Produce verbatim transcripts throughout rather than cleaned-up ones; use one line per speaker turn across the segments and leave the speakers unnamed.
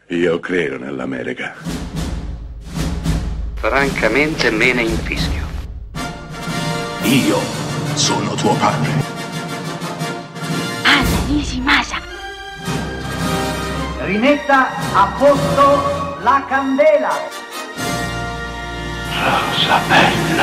Io credo nell'America.
Francamente me ne infischio.
Io sono tuo padre.
Anna Nishimasa.
Rimetta a posto la candela.
Rosa bella.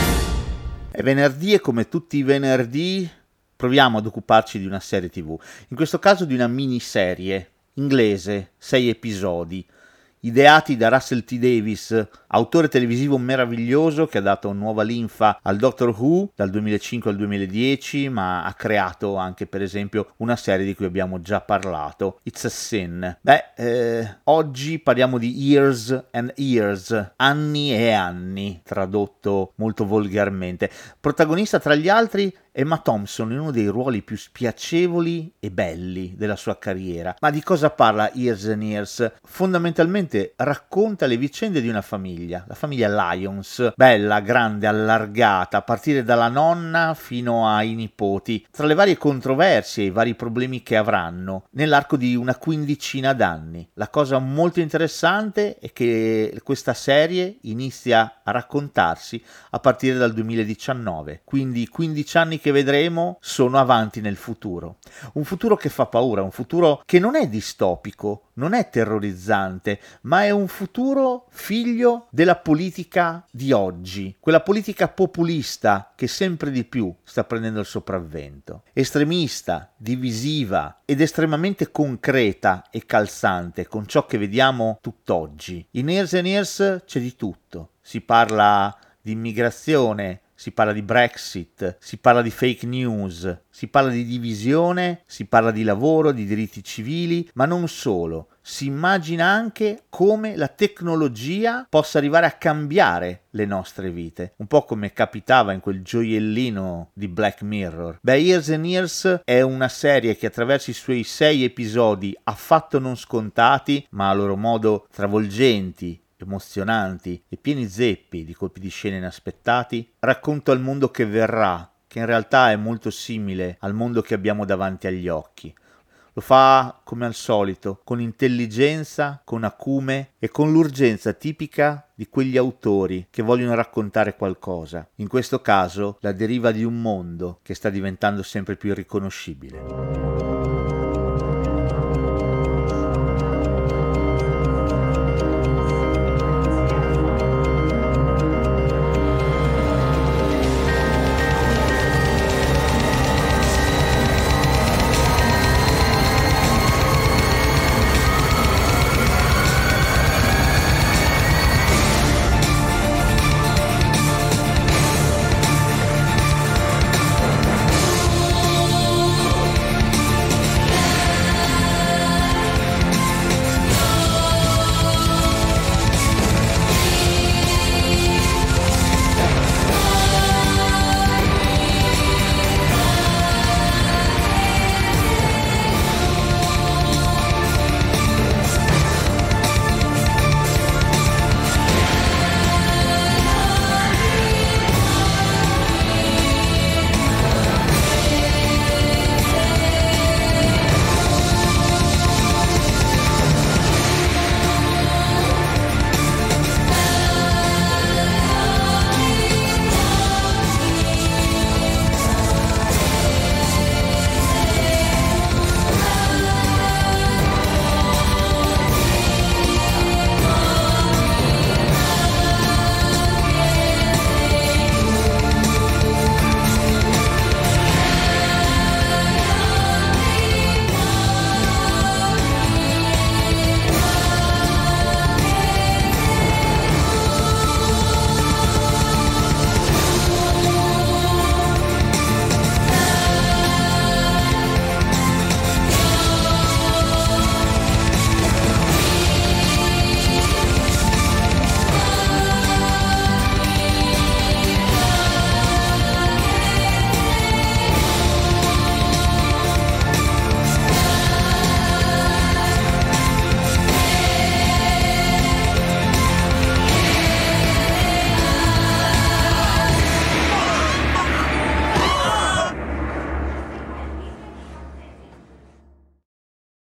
È venerdì e come tutti i venerdì proviamo ad occuparci di una serie tivù. In questo caso di una miniserie inglese, sei episodi, ideati da Russell T. Davies, autore televisivo meraviglioso che ha dato nuova linfa al Doctor Who dal duemilacinque al duemiladieci, ma ha creato anche per esempio una serie di cui abbiamo già parlato, It's a Sin. Beh, eh, oggi parliamo di Years and Years, anni e anni, tradotto molto volgarmente. Protagonista tra gli altri Emma Thompson in uno dei ruoli più spiacevoli e belli della sua carriera. Ma di cosa parla Years and Years? Fondamentalmente racconta le vicende di una famiglia, la famiglia Lyons, bella, grande, allargata, a partire dalla nonna fino ai nipoti, tra le varie controversie e i vari problemi che avranno nell'arco di una quindicina d'anni. La cosa molto interessante è che questa serie inizia a raccontarsi a partire dal duemiladiciannove, quindi quindici anni che che vedremo sono avanti nel futuro. Un futuro che fa paura, un futuro che non è distopico, non è terrorizzante, ma è un futuro figlio della politica di oggi, quella politica populista che sempre di più sta prendendo il sopravvento. Estremista, divisiva ed estremamente concreta e calzante con ciò che vediamo tutt'oggi. In Years and Years c'è di tutto. Si parla di immigrazione, si parla di Brexit, si parla di fake news, si parla di divisione, si parla di lavoro, di diritti civili, ma non solo. Si immagina anche come la tecnologia possa arrivare a cambiare le nostre vite, un po' come capitava in quel gioiellino di Black Mirror. Beh, Years and Years è una serie che attraverso i suoi sei episodi affatto non scontati, ma a loro modo travolgenti, emozionanti e pieni zeppi di colpi di scena inaspettati, racconta il mondo che verrà, che in realtà è molto simile al mondo che abbiamo davanti agli occhi. Lo fa, come al solito, con intelligenza, con acume e con l'urgenza tipica di quegli autori che vogliono raccontare qualcosa. In questo caso, la deriva di un mondo che sta diventando sempre più irriconoscibile.